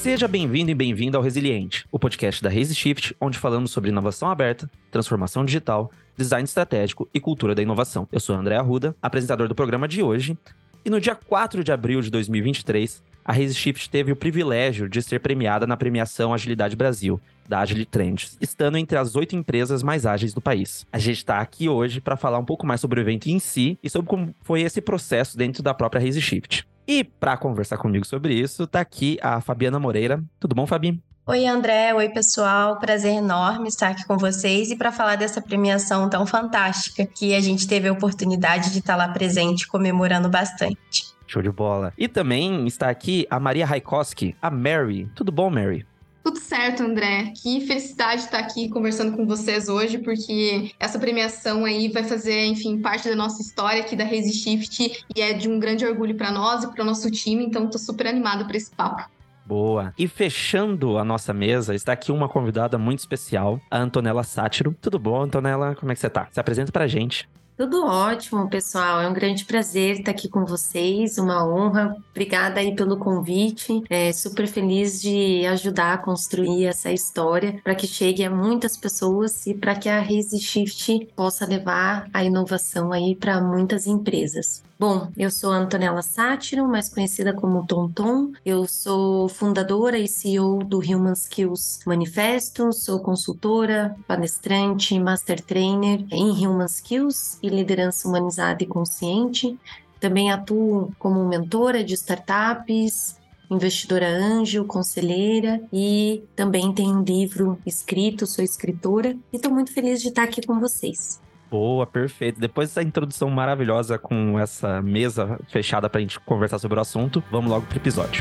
Seja bem-vindo e bem-vinda ao Resiliente, o podcast da ResiShift, onde falamos sobre inovação aberta, transformação digital, design estratégico e cultura da inovação. Eu sou André Arruda, apresentador do programa de hoje, e no dia 4 de abril de 2023, a ResiShift teve o privilégio de ser premiada na premiação Agilidade Brasil, da Agile Trends, estando entre as 8 empresas mais ágeis do país. A gente está aqui hoje para falar um pouco mais sobre o evento em si e sobre como foi esse processo dentro da própria ResiShift. E para conversar comigo sobre isso, tá aqui a Fabiana Moreira. Tudo bom, Fabi? Oi, André. Oi, pessoal. Prazer enorme estar aqui com vocês e para falar dessa premiação tão fantástica que a gente teve a oportunidade de estar lá presente, comemorando bastante. Show de bola. E também está aqui a Maria Raikoski, a Mary. Tudo bom, Mary? Tudo certo, André. Que felicidade estar aqui conversando com vocês hoje, porque essa premiação aí vai fazer, enfim, parte da nossa história aqui da ResiShift e é de um grande orgulho para nós e para o nosso time, então estou super animada para esse papo. Boa. E fechando a nossa mesa, está aqui uma convidada muito especial, a Antonella Sátiro. Tudo bom, Antonella? Como é que você tá? Se apresenta pra gente. Tudo ótimo, pessoal. É um grande prazer estar aqui com vocês, uma honra. Obrigada aí pelo convite. Super feliz de ajudar a construir essa história para que chegue a muitas pessoas e para que a ResiShift possa levar a inovação aí para muitas empresas. Bom, eu sou a Antonella Sátiro, mais conhecida como Tonton. Eu sou fundadora e CEO do Human Skills Manifesto, sou consultora, palestrante, master trainer em Human Skills e liderança humanizada e consciente. Também atuo como mentora de startups, investidora anjo, conselheira e também tenho um livro escrito, sou escritora e estou muito feliz de estar aqui com vocês. Boa, perfeito. Depois dessa introdução maravilhosa com essa mesa fechada pra gente conversar sobre o assunto, vamos logo pro episódio.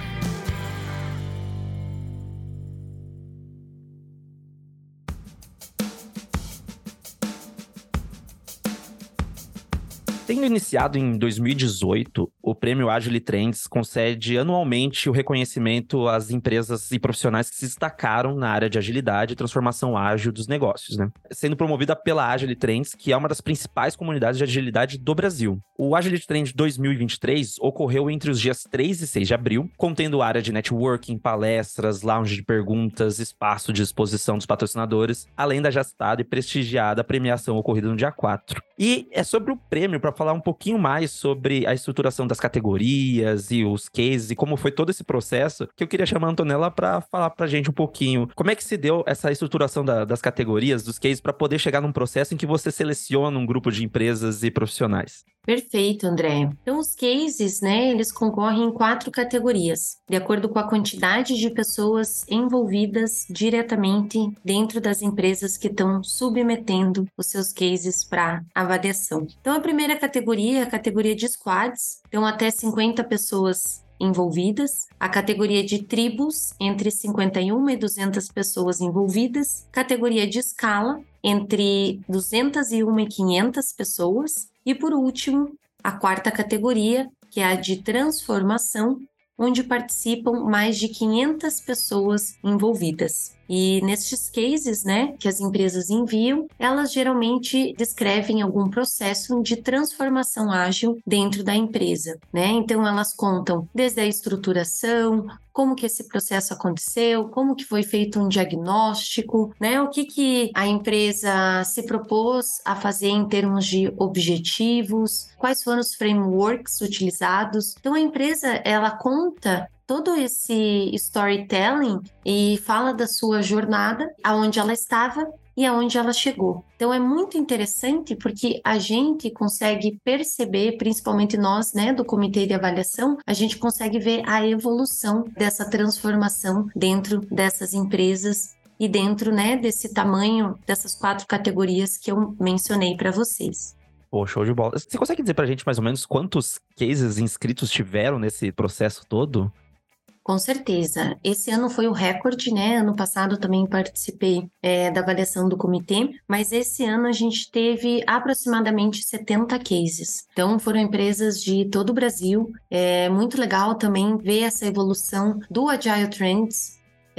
Tendo iniciado em 2018, o Prêmio Agile Trends concede anualmente o reconhecimento às empresas e profissionais que se destacaram na área de agilidade e transformação ágil dos negócios, né? Sendo promovida pela Agile Trends, que é uma das principais comunidades de agilidade do Brasil. O Agile Trends 2023 ocorreu entre os dias 3 e 6 de abril, contendo área de networking, palestras, lounge de perguntas, espaço de exposição dos patrocinadores, além da já citada e prestigiada premiação ocorrida no dia 4. E é sobre o prêmio, para falar um pouquinho mais sobre a estruturação das categorias e os cases e como foi todo esse processo, que eu queria chamar a Antonella para falar pra gente um pouquinho como é que se deu essa estruturação das categorias, dos cases, para poder chegar num processo em que você seleciona um grupo de empresas e profissionais. Perfeito, André. Então, os cases, né, eles concorrem em 4 categorias, de acordo com a quantidade de pessoas envolvidas diretamente dentro das empresas que estão submetendo os seus cases para avaliação. Então, a primeira categoria é a categoria de squads, então até 50 pessoas envolvidas, a categoria de tribos, entre 51 e 200 pessoas envolvidas, categoria de escala, entre 201 e 500 pessoas, e por último, a 4ª categoria, que é a de transformação, onde participam mais de 500 pessoas envolvidas. E nestes cases, né, que as empresas enviam, elas geralmente descrevem algum processo de transformação ágil dentro da empresa, né? Então elas contam desde a estruturação, como que esse processo aconteceu, como que foi feito um diagnóstico, né? O que a empresa se propôs a fazer em termos de objetivos, quais foram os frameworks utilizados. Então a empresa, ela conta todo esse storytelling e fala da sua jornada, aonde ela estava e aonde ela chegou. Então é muito interessante porque a gente consegue perceber, principalmente nós, né, do comitê de avaliação, a gente consegue ver a evolução dessa transformação dentro dessas empresas e dentro, né, desse tamanho dessas 4 categorias que eu mencionei para vocês. Pô, show de bola. Você consegue dizer pra gente mais ou menos quantos cases inscritos tiveram nesse processo todo? Com certeza. Esse ano foi o recorde, né? Ano passado também participei da avaliação do comitê, mas esse ano a gente teve aproximadamente 70 cases. Então, foram empresas de todo o Brasil. É muito legal também ver essa evolução do Agile Trends.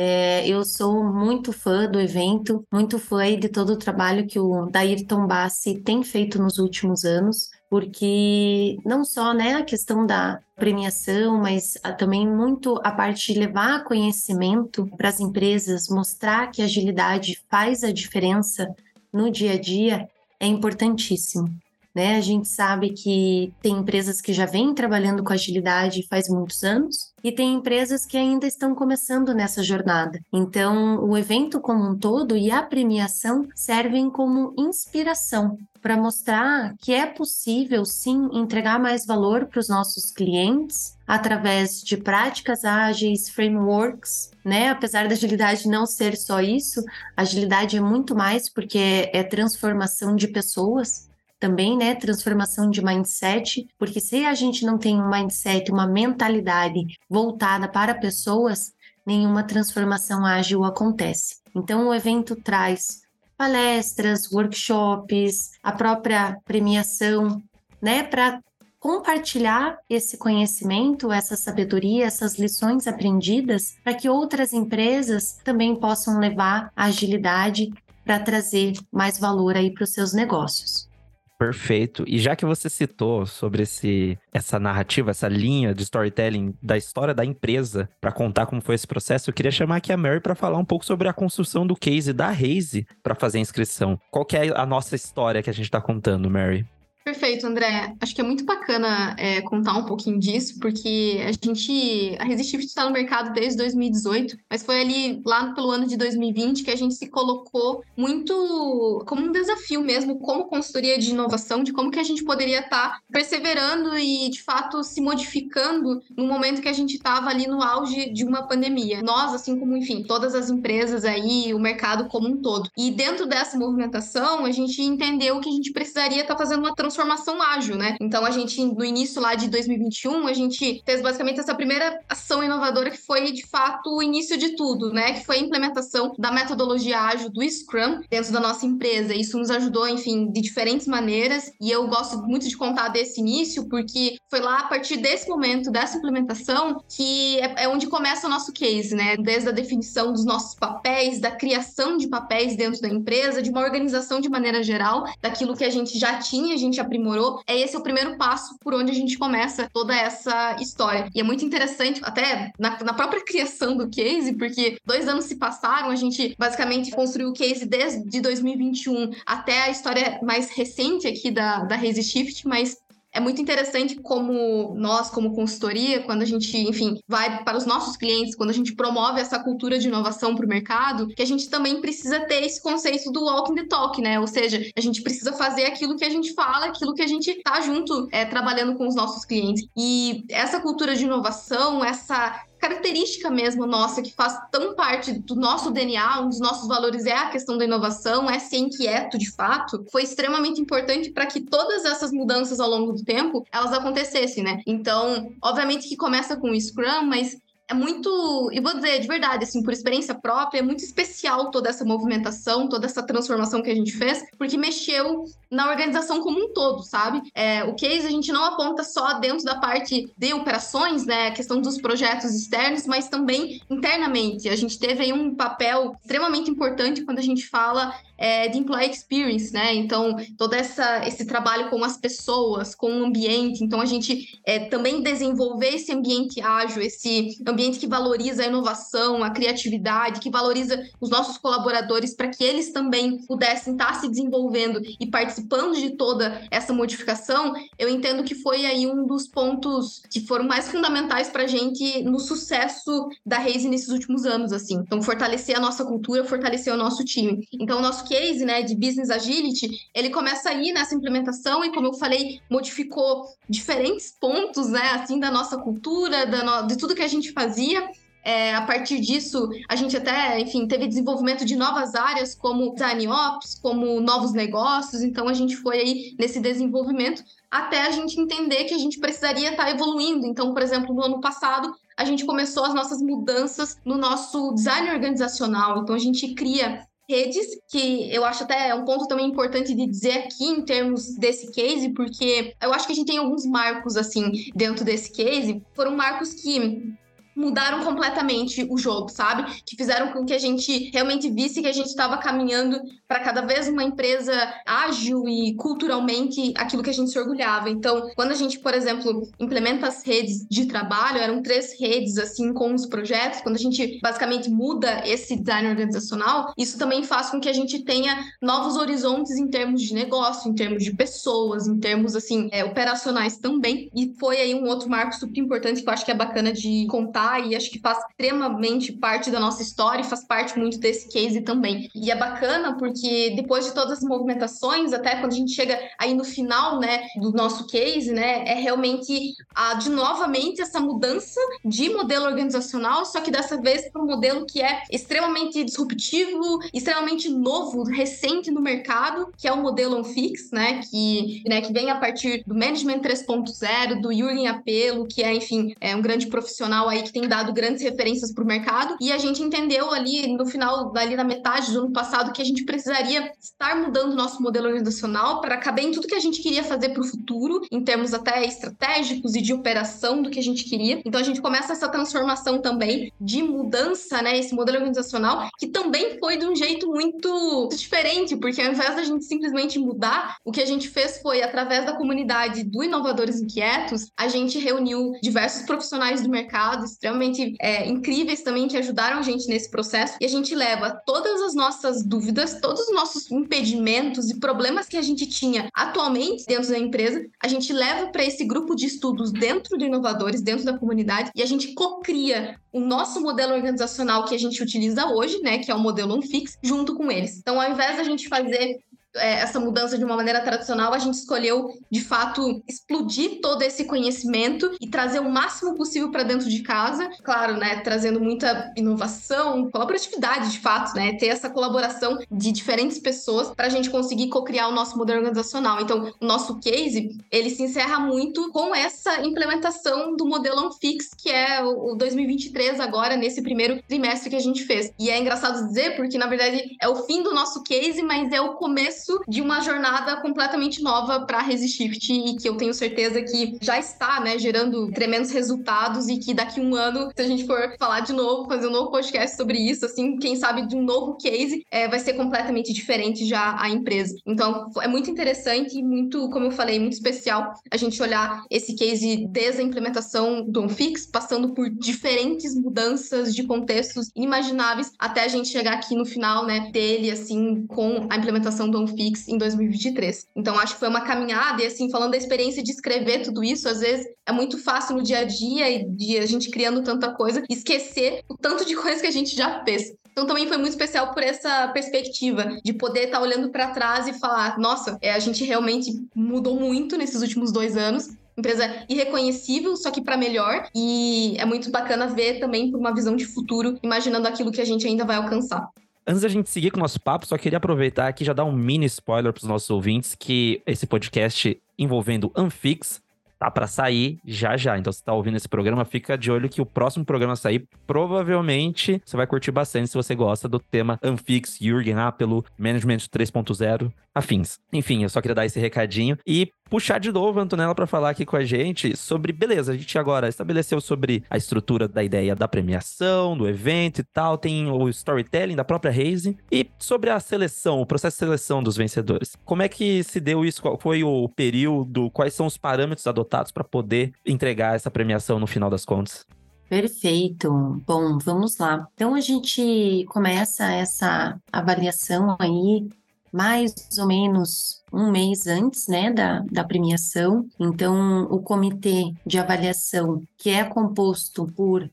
Eu sou muito fã do evento, muito fã de todo o trabalho que o Dairton Bassi tem feito nos últimos anos. porque não só, né, a questão da premiação, mas também muito a parte de levar conhecimento para as empresas, mostrar que a agilidade faz a diferença no dia a dia, é importantíssimo. Né? A gente sabe que tem empresas que já vêm trabalhando com agilidade faz muitos anos e tem empresas que ainda estão começando nessa jornada. Então, o evento como um todo e a premiação servem como inspiração para mostrar que é possível, sim, entregar mais valor para os nossos clientes através de práticas ágeis, frameworks, né? Apesar da agilidade não ser só isso, a agilidade é muito mais porque é transformação de pessoas, também, né, transformação de mindset, porque se a gente não tem um mindset, uma mentalidade voltada para pessoas, nenhuma transformação ágil acontece. Então, o evento traz palestras, workshops, a própria premiação, né, para compartilhar esse conhecimento, essa sabedoria, essas lições aprendidas, para que outras empresas também possam levar a agilidade para trazer mais valor aí para os seus negócios. Perfeito. E já que você citou sobre essa narrativa, essa linha de storytelling da história da empresa para contar como foi esse processo, eu queria chamar aqui a Mary para falar um pouco sobre a construção do case da Raise para fazer a inscrição. Qual que é a nossa história que a gente está contando, Mary? Perfeito, André. Acho que é muito bacana contar um pouquinho disso, porque a Resistive está no mercado desde 2018, mas foi ali, lá pelo ano de 2020, que a gente se colocou muito como um desafio mesmo, como consultoria de inovação, de como que a gente poderia estar perseverando e, de fato, se modificando no momento que a gente estava ali no auge de uma pandemia. Nós, assim como, enfim, todas as empresas aí, o mercado como um todo. E dentro dessa movimentação, a gente entendeu que a gente precisaria estar fazendo uma transformação ágil, né? Então, a gente, no início lá de 2021, a gente fez basicamente essa primeira ação inovadora que foi, de fato, o início de tudo, né? Que foi a implementação da metodologia ágil do Scrum dentro da nossa empresa. Isso nos ajudou, enfim, de diferentes maneiras, e eu gosto muito de contar desse início, porque foi lá, a partir desse momento, dessa implementação, que é onde começa o nosso case, né? Desde a definição dos nossos papéis, da criação de papéis dentro da empresa, de uma organização de maneira geral, daquilo que a gente já tinha, a gente aprimorou. Esse é o primeiro passo por onde a gente começa toda essa história. E é muito interessante, até na própria criação do case, porque 2 anos se passaram, a gente basicamente construiu o case desde 2021 até a história mais recente aqui da Resishift, mas é muito interessante como nós, como consultoria, quando a gente, enfim, vai para os nossos clientes, quando a gente promove essa cultura de inovação para o mercado, que a gente também precisa ter esse conceito do walking the talk, né? Ou seja, a gente precisa fazer aquilo que a gente fala, aquilo que a gente tá junto trabalhando com os nossos clientes. E essa cultura de inovação, essa característica mesmo nossa, que faz tão parte do nosso DNA, um dos nossos valores é a questão da inovação, é ser inquieto de fato, foi extremamente importante para que todas essas mudanças ao longo do tempo, elas acontecessem, né? Então, obviamente que começa com o Scrum, mas é muito, e vou dizer de verdade, assim, por experiência própria, é muito especial toda essa movimentação, toda essa transformação que a gente fez, porque mexeu na organização como um todo, sabe? O case a gente não aponta só dentro da parte de operações, né, a questão dos projetos externos, mas também internamente. A gente teve aí um papel extremamente importante quando a gente fala de employee experience, né? Então, todo esse trabalho com as pessoas, com o ambiente. Então, a gente também desenvolver esse ambiente ágil, esse ambiente que valoriza a inovação, a criatividade, que valoriza os nossos colaboradores para que eles também pudessem estar se desenvolvendo e participando de toda essa modificação, eu entendo que foi aí um dos pontos que foram mais fundamentais para a gente no sucesso da Raise nesses últimos anos, assim. Então, fortalecer a nossa cultura, fortalecer o nosso time. Então, o nosso case, né, de Business Agility, ele começa aí nessa implementação e, como eu falei, modificou diferentes pontos, né, assim, da nossa cultura, de tudo que a gente fazia. A partir disso, a gente até, enfim, teve desenvolvimento de novas áreas, como Design Ops, como novos negócios. Então, a gente foi aí nesse desenvolvimento até a gente entender que a gente precisaria estar evoluindo. Então, por exemplo, no ano passado, a gente começou as nossas mudanças no nosso design organizacional. Então, a gente cria redes, que eu acho até um ponto também importante de dizer aqui em termos desse case, porque eu acho que a gente tem alguns marcos, assim, dentro desse case. Foram marcos que mudaram completamente o jogo, sabe? Que fizeram com que a gente realmente visse que a gente estava caminhando para cada vez uma empresa ágil e culturalmente aquilo que a gente se orgulhava. Então, quando a gente, por exemplo, implementa as redes de trabalho, eram 3 redes, assim, com os projetos, quando a gente basicamente muda esse design organizacional, isso também faz com que a gente tenha novos horizontes em termos de negócio, em termos de pessoas, em termos, assim, operacionais também. E foi aí um outro marco super importante que eu acho que é bacana de contar e acho que faz extremamente parte da nossa história e faz parte muito desse case também. E é bacana porque depois de todas as movimentações, até quando a gente chega aí no final, né, do nosso case, né, é realmente de novamente essa mudança de modelo organizacional, só que dessa vez para um modelo que é extremamente disruptivo, extremamente novo, recente no mercado, que é o modelo Onfix, né, que vem a partir do Management 3.0, do Jürgen Apelo, que é, enfim, um grande profissional aí que tem dado grandes referências para o mercado, e a gente entendeu ali no final, ali na metade do ano passado, que a gente precisaria estar mudando o nosso modelo organizacional para caber em tudo que a gente queria fazer para o futuro, em termos até estratégicos e de operação do que a gente queria. Então a gente começa essa transformação também de mudança, né, esse modelo organizacional, que também foi de um jeito muito diferente, porque ao invés da gente simplesmente mudar, o que a gente fez foi, através da comunidade do Inovadores Inquietos, a gente reuniu diversos profissionais do mercado, extremamente incríveis também, que ajudaram a gente nesse processo, e a gente leva todas as nossas dúvidas, todos os nossos impedimentos e problemas que a gente tinha atualmente dentro da empresa, a gente leva para esse grupo de estudos dentro do Inovadores, dentro da comunidade, e a gente cocria o nosso modelo organizacional que a gente utiliza hoje, né, que é o modelo Onfix, junto com eles. Então, ao invés da gente fazer essa mudança de uma maneira tradicional, a gente escolheu, de fato, explodir todo esse conhecimento e trazer o máximo possível para dentro de casa. Claro, né, trazendo muita inovação, colaboratividade, de fato, né, ter essa colaboração de diferentes pessoas para a gente conseguir co-criar o nosso modelo organizacional. Então, o nosso case, ele se encerra muito com essa implementação do modelo Onfix, que é o 2023 agora, nesse primeiro trimestre que a gente fez. E é engraçado dizer, porque, na verdade, é o fim do nosso case, mas é o começo de uma jornada completamente nova para a Resishift e que eu tenho certeza que já está, né, gerando tremendos resultados e que daqui a um ano, se a gente for falar de novo, fazer um novo podcast sobre isso, assim, quem sabe de um novo case, vai ser completamente diferente já a empresa. Então, é muito interessante e muito, como eu falei, muito especial a gente olhar esse case desde a implementação do Onfix, passando por diferentes mudanças de contextos inimagináveis até a gente chegar aqui no final, né, dele, assim, com a implementação do Onfix em 2023. Então, acho que foi uma caminhada e, assim, falando da experiência de escrever tudo isso, às vezes é muito fácil no dia a dia e de a gente criando tanta coisa, esquecer o tanto de coisa que a gente já fez. Então, também foi muito especial por essa perspectiva de poder estar olhando para trás e falar, nossa, a gente realmente mudou muito nesses últimos 2 anos. Empresa irreconhecível, só que para melhor. E é muito bacana ver também por uma visão de futuro, imaginando aquilo que a gente ainda vai alcançar. Antes da gente seguir com o nosso papo, só queria aproveitar aqui e já dar um mini spoiler para os nossos ouvintes que esse podcast envolvendo Onfix tá para sair já já. Então, se tá ouvindo esse programa, fica de olho que o próximo programa a sair, provavelmente você vai curtir bastante se você gosta do tema Onfix, Jürgen Apelo, Management 3.0, afins. Enfim, eu só queria dar esse recadinho e puxar de novo a Antonella para falar aqui com a gente sobre, beleza, a gente agora estabeleceu sobre a estrutura da ideia da premiação, do evento e tal, tem o storytelling da própria Raise e sobre a seleção, o processo de seleção dos vencedores. Como é que se deu isso? Qual foi o período? Quais são os parâmetros adotados para poder entregar essa premiação no final das contas? Perfeito. Bom, vamos lá. Então, a gente começa essa avaliação aí mais ou menos um mês antes, né, da premiação. Então, o comitê de avaliação, que é composto por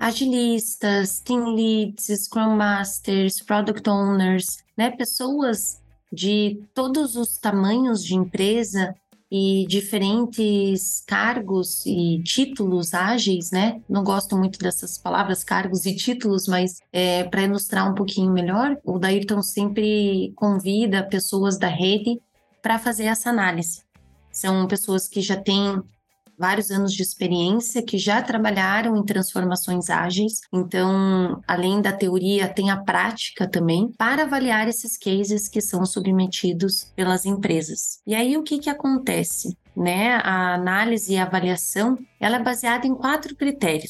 agilistas, team leads, scrum masters, product owners, né, pessoas de todos os tamanhos de empresa e diferentes cargos e títulos ágeis, né? Não gosto muito dessas palavras, cargos e títulos, mas para ilustrar um pouquinho melhor, o Dairton sempre convida pessoas da rede para fazer essa análise. São pessoas que já têm vários anos de experiência, que já trabalharam em transformações ágeis. Então, além da teoria, tem a prática também para avaliar esses cases que são submetidos pelas empresas. E aí, o que acontece? Né? A análise e a avaliação, ela é baseada em 4 critérios.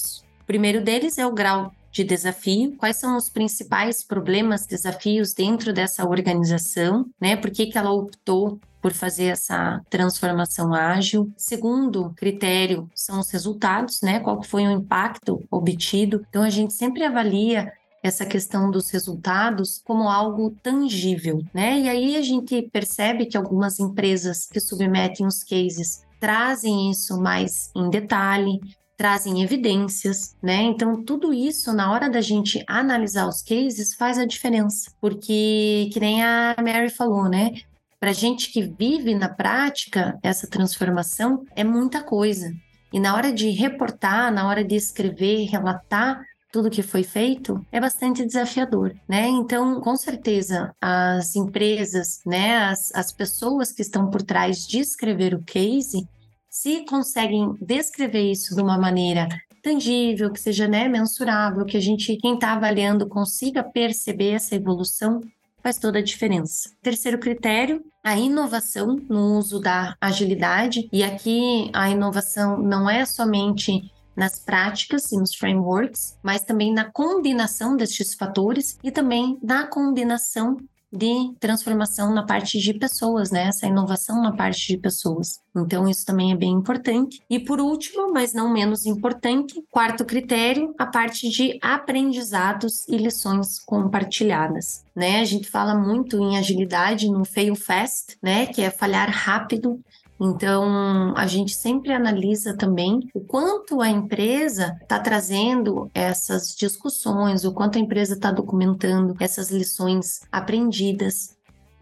primeiro deles é o grau de desafio, quais são os principais problemas, desafios dentro dessa organização, né? Por que ela optou por fazer essa transformação ágil. Segundo critério são os resultados, né? Qual foi o impacto obtido. Então, a gente sempre avalia essa questão dos resultados como algo tangível, né? E aí a gente percebe que algumas empresas que submetem os cases trazem isso mais em detalhe, trazem evidências, né? Então, tudo isso, na hora da gente analisar os cases, faz a diferença. Porque, que nem a Mary falou, né? Para gente que vive na prática, essa transformação é muita coisa. E na hora de reportar, na hora de escrever, relatar tudo que foi feito, é bastante desafiador, né? Então, com certeza, as empresas, né, as pessoas que estão por trás de escrever o case, se conseguem descrever isso de uma maneira tangível, que seja, né, mensurável, que quem está avaliando consiga perceber essa evolução, faz toda a diferença. Terceiro critério, a inovação no uso da agilidade. E aqui a inovação não é somente nas práticas e nos frameworks, mas também na combinação destes fatores e também na combinação de transformação na parte de pessoas, né? Essa inovação na parte de pessoas. Então, isso também é bem importante. E por último, mas não menos importante, quarto critério, a parte de aprendizados e lições compartilhadas, né? A gente fala muito em agilidade no fail fast, né? Que é falhar rápido. Então, a gente sempre analisa também o quanto a empresa está trazendo essas discussões, o quanto a empresa está documentando essas lições aprendidas,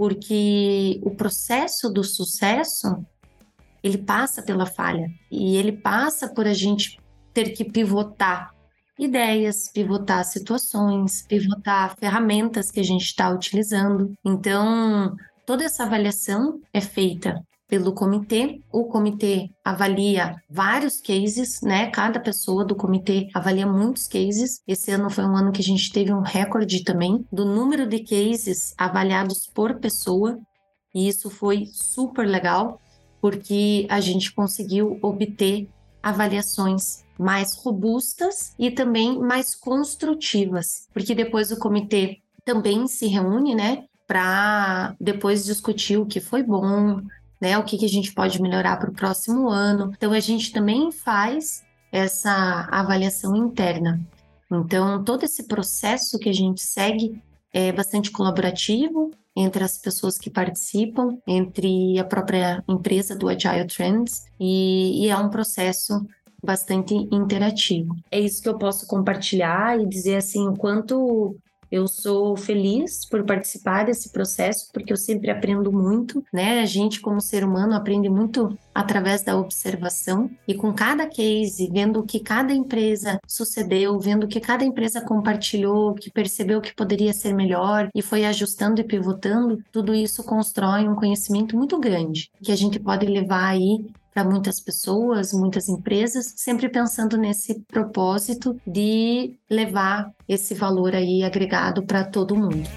porque o processo do sucesso, ele passa pela falha e ele passa por a gente ter que pivotar ideias, pivotar situações, pivotar ferramentas que a gente está utilizando. Então, toda essa avaliação é feita pelo comitê. O comitê avalia vários cases, né? Cada pessoa do comitê avalia muitos cases. Esse ano foi um ano que a gente teve um recorde também do número de cases avaliados por pessoa. E isso foi super legal, porque a gente conseguiu obter avaliações mais robustas e também mais construtivas. Porque depois o comitê também se reúne, né? Para depois discutir o que foi bom, né, o que a gente pode melhorar para o próximo ano. Então, a gente também faz essa avaliação interna. Então, todo esse processo que a gente segue é bastante colaborativo entre as pessoas que participam, entre a própria empresa do Agile Trends, e é um processo bastante interativo. É isso que eu posso compartilhar e dizer assim, o quanto eu sou feliz por participar desse processo, porque eu sempre aprendo muito, né? A gente, como ser humano, aprende muito através da observação e com cada case, vendo o que cada empresa sucedeu, vendo o que cada empresa compartilhou, que percebeu que poderia ser melhor e foi ajustando e pivotando, tudo isso constrói um conhecimento muito grande, que a gente pode levar aí para muitas pessoas, muitas empresas, sempre pensando nesse propósito de levar esse valor aí agregado para todo mundo.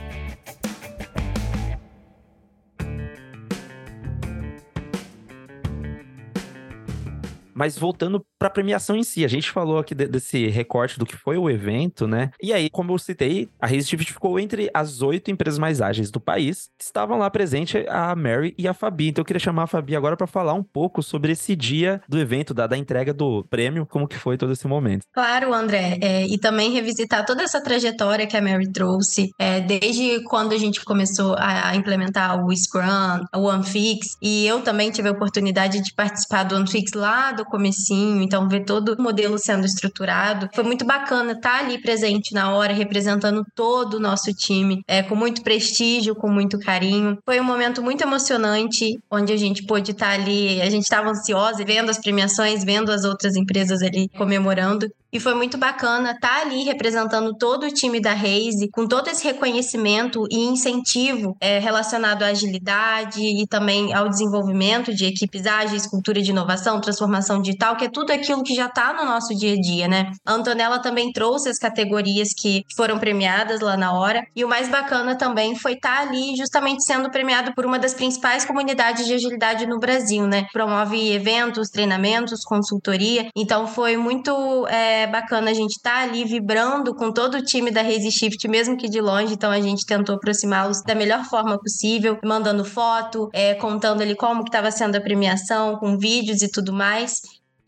Mas voltando para a premiação em si, a gente falou aqui desse recorte do que foi o evento, né? E aí, como eu citei, a Resistivity ficou entre as 8 empresas mais ágeis do país. Estavam lá presentes a Mary e a Fabi. Então eu queria chamar a Fabi agora para falar um pouco sobre esse dia do evento, da entrega do prêmio, como que foi todo esse momento. Claro, André, e também revisitar toda essa trajetória que a Mary trouxe, desde quando a gente começou a implementar o Scrum, o OneFix, e eu também tive a oportunidade de participar do OneFix lá do comecinho, então ver todo o modelo sendo estruturado. Foi muito bacana estar ali presente na hora, representando todo o nosso time, com muito prestígio, com muito carinho. Foi um momento muito emocionante, onde a gente pôde estar ali, a gente estava ansiosa, vendo as premiações, vendo as outras empresas ali comemorando. E foi muito bacana estar ali representando todo o time da Raise, com todo esse reconhecimento e incentivo relacionado à agilidade e também ao desenvolvimento de equipes ágeis, cultura de inovação, transformação digital, que é tudo aquilo que já está no nosso dia a dia, né? A Antonella também trouxe as categorias que foram premiadas lá na hora. E o mais bacana também foi estar ali justamente sendo premiado por uma das principais comunidades de agilidade no Brasil, né? Promove eventos, treinamentos, consultoria. Então foi muito é bacana a gente estar ali vibrando com todo o time da Resishift, mesmo que de longe. Então a gente tentou aproximá-los da melhor forma possível, mandando foto, contando ali como que estava sendo a premiação, com vídeos e tudo mais.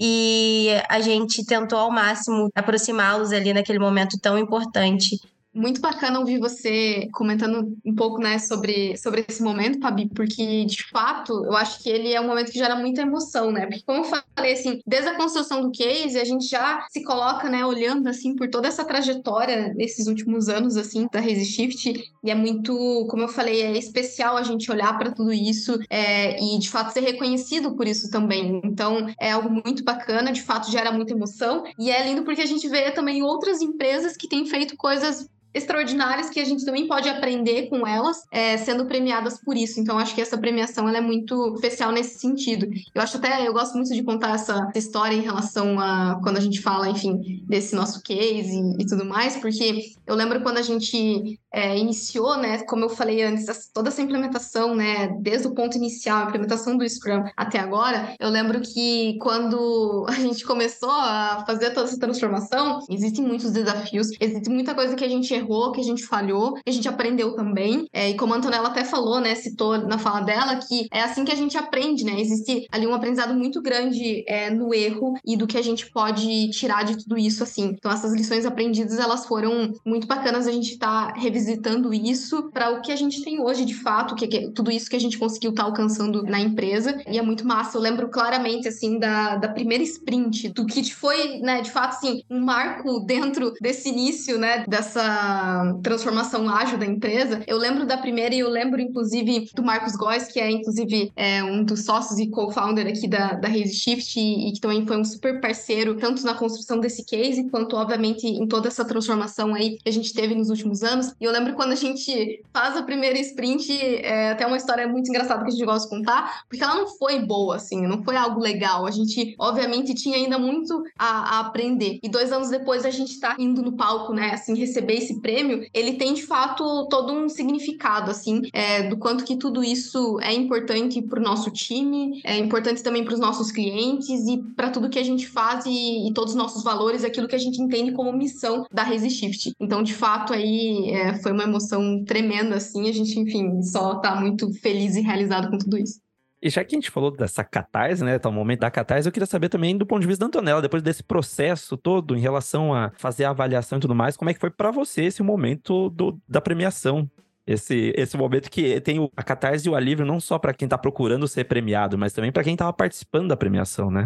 E a gente tentou ao máximo aproximá-los ali naquele momento tão importante. Muito bacana ouvir você comentando um pouco, né, sobre esse momento, Fabi, porque, de fato, eu acho que ele é um momento que gera muita emoção, né? Porque, como eu falei, assim, desde a construção do case, a gente já se coloca, né, olhando, assim, por toda essa trajetória nesses últimos anos, assim, da Resishift, e é muito, como eu falei, é especial a gente olhar para tudo isso e, de fato, ser reconhecido por isso também. Então, é algo muito bacana, de fato, gera muita emoção, e é lindo porque a gente vê também outras empresas que têm feito coisas extraordinárias que a gente também pode aprender com elas, sendo premiadas por isso. Então, acho que essa premiação ela é muito especial nesse sentido. Eu gosto muito de contar essa história em relação a quando a gente fala, enfim, desse nosso case e tudo mais, porque eu lembro quando a gente iniciou, né, como eu falei antes, toda essa implementação, né, desde o ponto inicial, a implementação do Scrum até agora, eu lembro que quando a gente começou a fazer toda essa transformação, existem muitos desafios, existe muita coisa que a gente errou, que a gente falhou, que a gente aprendeu também. E como a Antonella até falou, né, citou na fala dela, que é assim que a gente aprende, né? Existe ali um aprendizado muito grande no erro e do que a gente pode tirar de tudo isso, assim. Então, essas lições aprendidas, elas foram muito bacanas a gente estar revisitando isso para o que a gente tem hoje, de fato, tudo isso que a gente conseguiu estar alcançando na empresa. E é muito massa. Eu lembro claramente, assim, da primeira sprint, do que foi, né, de fato, assim, um marco dentro desse início, né, dessa transformação ágil da empresa. Eu lembro da primeira e eu lembro, inclusive, do Marcos Góes, que é, inclusive, um dos sócios e co-founder aqui da Resishift e que também foi um super parceiro, tanto na construção desse case, quanto, obviamente, em toda essa transformação aí que a gente teve nos últimos anos. E eu lembro quando a gente faz a primeira sprint, até uma história muito engraçada que a gente gosta de contar, porque ela não foi boa, assim, não foi algo legal. A gente, obviamente, tinha ainda muito a aprender. E 2 anos depois a gente tá indo no palco, né, assim, receber esse prêmio, ele tem, de fato, todo um significado, assim, do quanto que tudo isso é importante para o nosso time, é importante também para os nossos clientes e para tudo que a gente faz e todos os nossos valores, aquilo que a gente entende como missão da Resishift. Então, de fato, aí foi uma emoção tremenda, assim, a gente, enfim, só tá muito feliz e realizado com tudo isso. E já que a gente falou dessa catarse, né, tá o momento da catarse, eu queria saber também do ponto de vista da Antonella, depois desse processo todo em relação a fazer a avaliação e tudo mais, como é que foi pra você esse momento da premiação? Esse momento que tem a catarse e o alívio não só pra quem tá procurando ser premiado, mas também pra quem tava participando da premiação, né?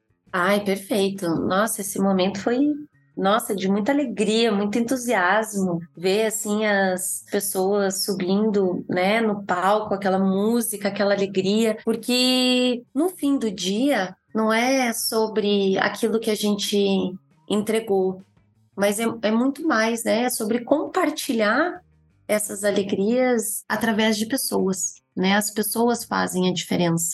Ai, perfeito. Nossa, esse momento foi... Nossa, de muita alegria, muito entusiasmo, ver assim as pessoas subindo, né, no palco, aquela música, aquela alegria, porque no fim do dia não é sobre aquilo que a gente entregou, mas é muito mais, né, é sobre compartilhar essas alegrias através de pessoas, né, as pessoas fazem a diferença.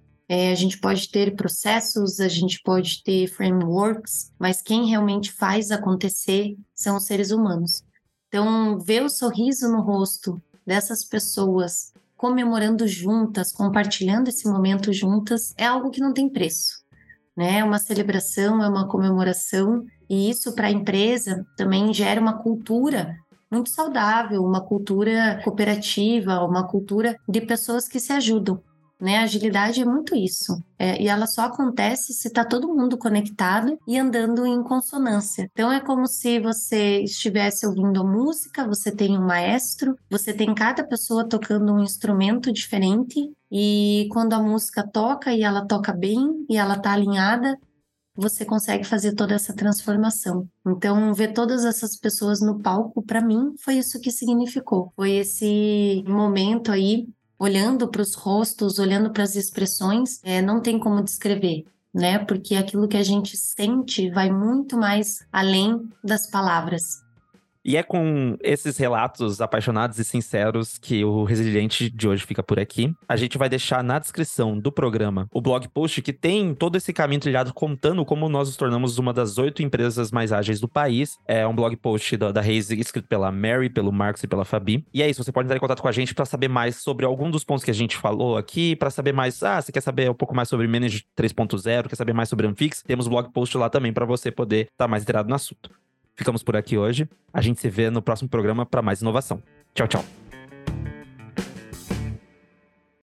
A gente pode ter processos, a gente pode ter frameworks, mas quem realmente faz acontecer são os seres humanos. Então, ver o sorriso no rosto dessas pessoas comemorando juntas, compartilhando esse momento juntas, é algo que não tem preço, né? É uma celebração, é uma comemoração, e isso para a empresa também gera uma cultura muito saudável, uma cultura cooperativa, uma cultura de pessoas que se ajudam. Né? A agilidade é muito isso. E ela só acontece se está todo mundo conectado e andando em consonância. Então é como se você estivesse ouvindo a música, você tem um maestro, você tem cada pessoa tocando um instrumento diferente, e quando a música toca e ela toca bem e ela está alinhada, você consegue fazer toda essa transformação. Então, ver todas essas pessoas no palco, para mim, foi isso que significou. Foi esse momento aí, olhando para os rostos, olhando para as expressões, não tem como descrever, né? Porque aquilo que a gente sente vai muito mais além das palavras. E é com esses relatos apaixonados e sinceros que o Resiliente de hoje fica por aqui. A gente vai deixar na descrição do programa o blog post que tem todo esse caminho trilhado contando como nós nos tornamos uma das 8 empresas mais ágeis do país. É um blog post da Raise escrito pela Mary, pelo Marcos e pela Fabi. E é isso, você pode entrar em contato com a gente para saber mais sobre algum dos pontos que a gente falou aqui, para saber mais, você quer saber um pouco mais sobre Manage 3.0, quer saber mais sobre Anfix? Temos blog post lá também para você poder estar mais inteirado no assunto. Ficamos por aqui hoje. A gente se vê no próximo programa para mais inovação. Tchau, tchau.